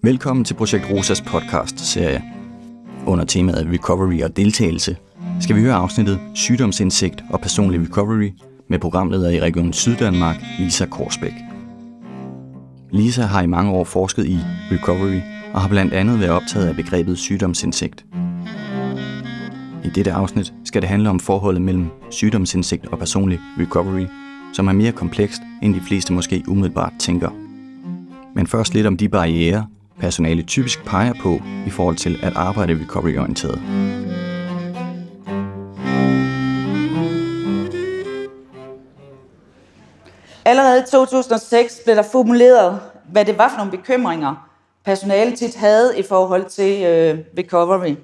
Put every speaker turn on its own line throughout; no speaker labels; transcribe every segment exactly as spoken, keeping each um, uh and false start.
Velkommen til Projekt Rosas podcast-serie. Under temaet Recovery og deltagelse skal vi høre afsnittet Sygdomsindsigt og personlig recovery med programleder i Region Syddanmark, Lisa Korsbæk. Lisa har i mange år forsket i recovery og har blandt andet været optaget af begrebet sygdomsindsigt. I dette afsnit skal det handle om forholdet mellem sygdomsindsigt og personlig recovery, som er mere komplekst, end de fleste måske umiddelbart tænker. Men først lidt om de barrierer, personale typisk peger på i forhold til at arbejde recovery-orienteret.
Allerede i to tusind og seks blev der formuleret, hvad det var for nogle bekymringer, personale tit havde i forhold til øh, recovery.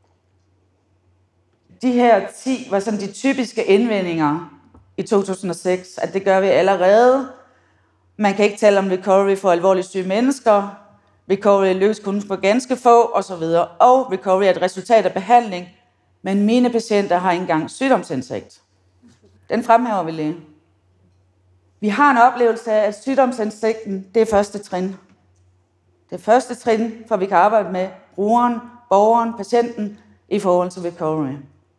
De her ti var sådan de typiske indvendinger i to tusind og seks, at det gør vi allerede. Man kan ikke tale om recovery for alvorligt syge mennesker. Recovery lykkes kun for ganske få, osv. Og recovery er et resultat af behandling, men mine patienter har ikke engang sygdomsindsigt. Den fremhæver vi lige. Vi har en oplevelse af, at sygdomsindsigten, det er første trin. Det er første trin, for vi kan arbejde med brugeren, borgeren, patienten i forhold til recovery.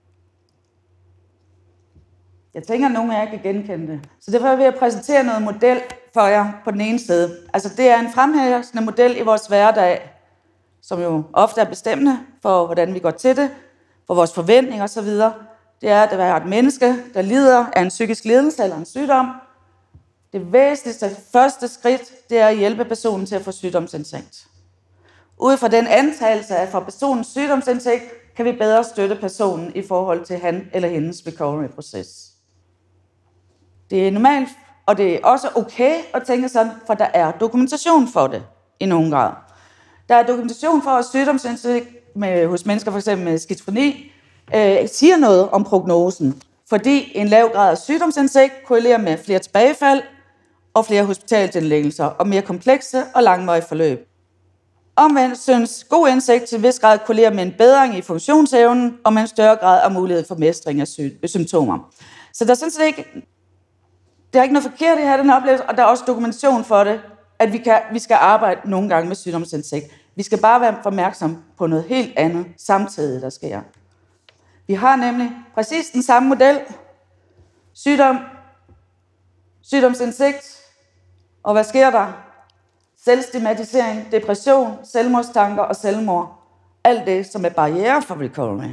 Jeg tænker, at nogle af jer kan genkende det. Så derfor vil jeg præsentere noget model for jer på den ene side. Altså det er en fremherskende model i vores hverdag, som jo ofte er bestemmende for, hvordan vi går til det, for vores forventninger osv. Det er, at der er et menneske, der lider af en psykisk lidelse eller en sygdom. Det væsentligste første skridt, det er at hjælpe personen til at få sygdomsindsigt. Ud fra den antagelse, at for personens sygdomsindsigt, kan vi bedre støtte personen i forhold til han eller hendes recovery-proces. Det er normalt, og det er også okay at tænke sådan, for der er dokumentation for det i nogen grad. Der er dokumentation for, at sygdomsindsigt med, hos mennesker f.eks. med skizofreni øh, siger noget om prognosen, fordi en lav grad af sygdomsindsigt korrelerer med flere tilbagefald og flere hospitalsindlæggelser og mere komplekse og langvarige forløb. Omvendt synes god indsigt til vis grad korrelerer med en bedring i funktionsevnen og med en større grad af mulighed for mestring af sy- symptomer. Så der er sådan set ikke, der er ikke noget forkert i at have den oplevelse, og der er også dokumentation for det, at vi, kan, vi skal arbejde nogle gange med sygdomsindsigt. Vi skal bare være opmærksom på noget helt andet samtidig, der sker. Vi har nemlig præcis den samme model. Sygdom, sygdomsindsigt, og hvad sker der? Selvstigmatisering, depression, selvmordstanker og selvmord. Alt det, som er barriere for recovery.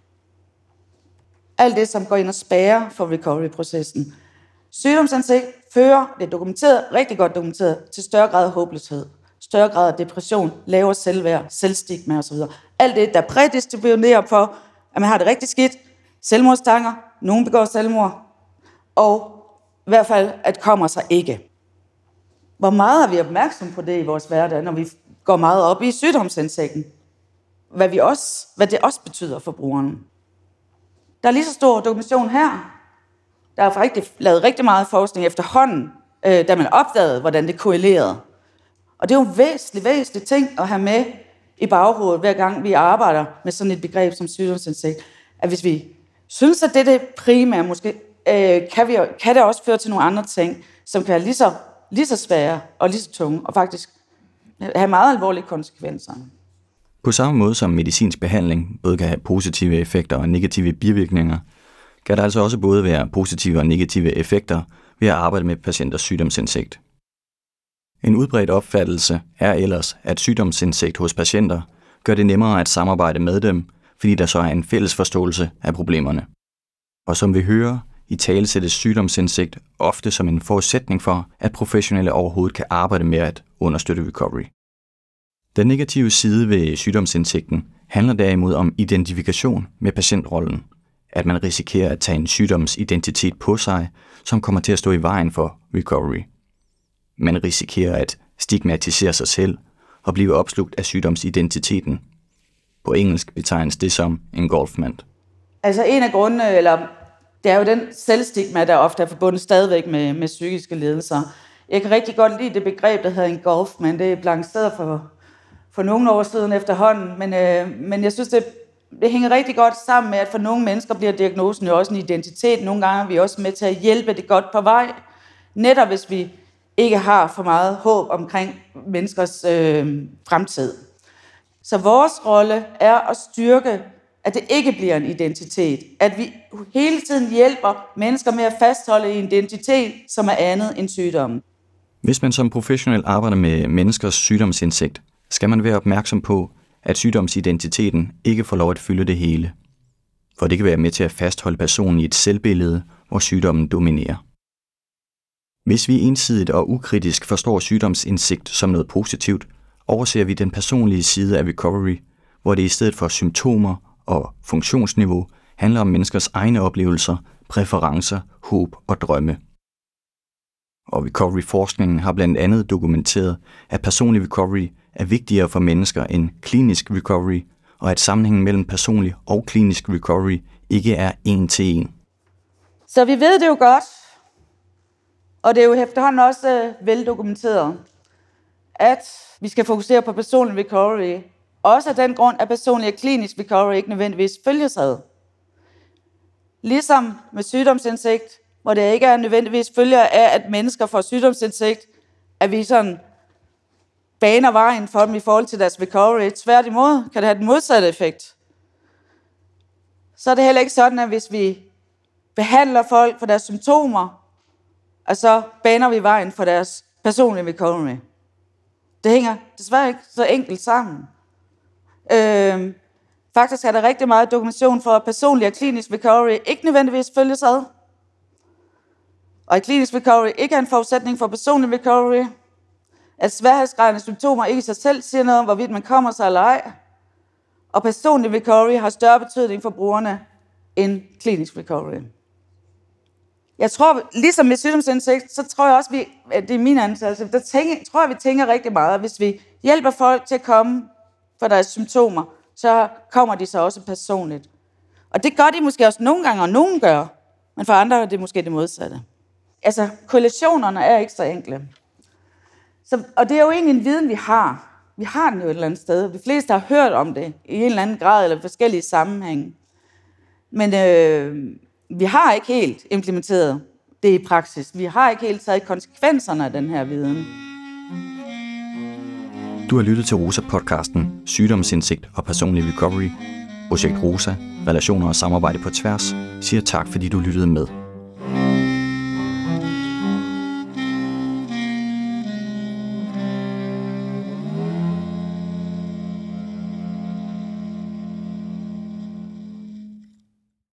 Alt det, som går ind og spærrer for recovery-processen. Sygdomsindsigt fører, det er dokumenteret, rigtig godt dokumenteret, til større grad af håbløshed, større grad af depression, lavere selvværd, selvstigma osv. Alt det, der prædistribuerer for, at man har det rigtig skidt, selvmordstanker, nogen begår selvmord, og i hvert fald, at kommer sig ikke. Hvor meget er vi opmærksom på det i vores hverdag, når vi går meget op i sygdomsindsigten? Hvad, vi også, hvad det også betyder for brugeren. Der er lige så stor dokumentation her. Der er rigtig, lavet rigtig meget forskning efterhånden, øh, da man opdagede, hvordan det korrelerede. Og det er jo en væsentlig, væsentlig ting at have med i baghovedet, hver gang vi arbejder med sådan et begreb som sygdomsindsigt. At hvis vi synes, at det er det primære, måske øh, kan, vi, kan det også føre til nogle andre ting, som kan være lige så, lige så svære og lige så tunge, og faktisk have meget alvorlige konsekvenser.
På samme måde som medicinsk behandling både kan have positive effekter og negative bivirkninger, kan der altså også både være positive og negative effekter ved at arbejde med patienters sygdomsindsigt. En udbredt opfattelse er ellers, at sygdomsindsigt hos patienter gør det nemmere at samarbejde med dem, fordi der så er en fælles forståelse af problemerne. Og som vi hører, i tale sættes sygdomsindsigt ofte som en forudsætning for, at professionelle overhovedet kan arbejde med at understøtte recovery. Den negative side ved sygdomsindsigten handler derimod om identifikation med patientrollen, at man risikerer at tage en sygdomsidentitet på sig, som kommer til at stå i vejen for recovery. Man risikerer at stigmatisere sig selv og blive opslugt af sygdomsidentiteten. På engelsk betegnes det som engulfment.
Altså en af grundene, eller det er jo den selvstigma, der ofte er forbundet stadigvæk med, med psykiske lidelser. Jeg kan rigtig godt lide det begreb, der hedder engulfment. Det er lanceret for, for nogle år siden efterhånden, men, øh, men jeg synes, det Det hænger rigtig godt sammen med, at for nogle mennesker bliver diagnosen jo også en identitet. Nogle gange er vi også med til at hjælpe det godt på vej. Netop hvis vi ikke har for meget håb omkring menneskers øh, fremtid. Så vores rolle er at styrke, at det ikke bliver en identitet. At vi hele tiden hjælper mennesker med at fastholde en identitet, som er andet end sygdommen.
Hvis man som professionel arbejder med menneskers sygdomsindsigt, skal man være opmærksom på, at sygdomsidentiteten ikke får lov at fylde det hele. For det kan være med til at fastholde personen i et selvbillede, hvor sygdommen dominerer. Hvis vi ensidigt og ukritisk forstår sygdomsindsigt som noget positivt, overser vi den personlige side af recovery, hvor det i stedet for symptomer og funktionsniveau handler om menneskers egne oplevelser, præferencer, håb og drømme. Og recovery-forskningen har blandt andet dokumenteret, at personlig recovery er vigtigere for mennesker end klinisk recovery, og at sammenhængen mellem personlig og klinisk recovery ikke er en til en.
Så vi ved det jo godt, og det er jo efterhånden også veldokumenteret, at vi skal fokusere på personlig recovery. Også af den grund, at personlig og klinisk recovery ikke nødvendigvis følges ad. Ligesom med sygdomsindsigt, hvor det ikke er nødvendigvis følger af, at mennesker får sygdomsindsigt, at vi sådan baner vejen for dem i forhold til deres recovery. Tværtimod kan det have den modsatte effekt. Så er det heller ikke sådan, at hvis vi behandler folk for deres symptomer, og så baner vi vejen for deres personlige recovery. Det hænger desværre ikke så enkelt sammen. Øh, faktisk er der rigtig meget dokumentation for, at personlig og klinisk recovery ikke nødvendigvis følges ad. Og at klinisk recovery ikke er en forudsætning for personlig recovery. At sværhedsgraden af symptomer ikke i sig selv siger noget om, hvorvidt man kommer sig eller ej. Og personlig recovery har større betydning for brugerne end klinisk recovery. Jeg tror, ligesom med sygdomsindsigt, så tror jeg også, vi, at det er min antagelse, der tænker, tror jeg, vi tænker rigtig meget, at hvis vi hjælper folk til at komme for deres symptomer, så kommer de så også personligt. Og det gør de måske også nogle gange, og nogen gør, men for andre er det måske det modsatte. Altså, korrelationerne er ikke så enkle. Så, og det er jo egentlig en viden, vi har. Vi har den jo et eller andet sted. De fleste har hørt om det i en eller anden grad, eller forskellige sammenhænge. Men øh, vi har ikke helt implementeret det i praksis. Vi har ikke helt taget konsekvenserne af den her viden.
Du har lyttet til ROSA-podcasten Sygdomsindsigt og personlig recovery. Projekt ROSA, relationer og samarbejde på tværs, siger tak, fordi du lyttede med.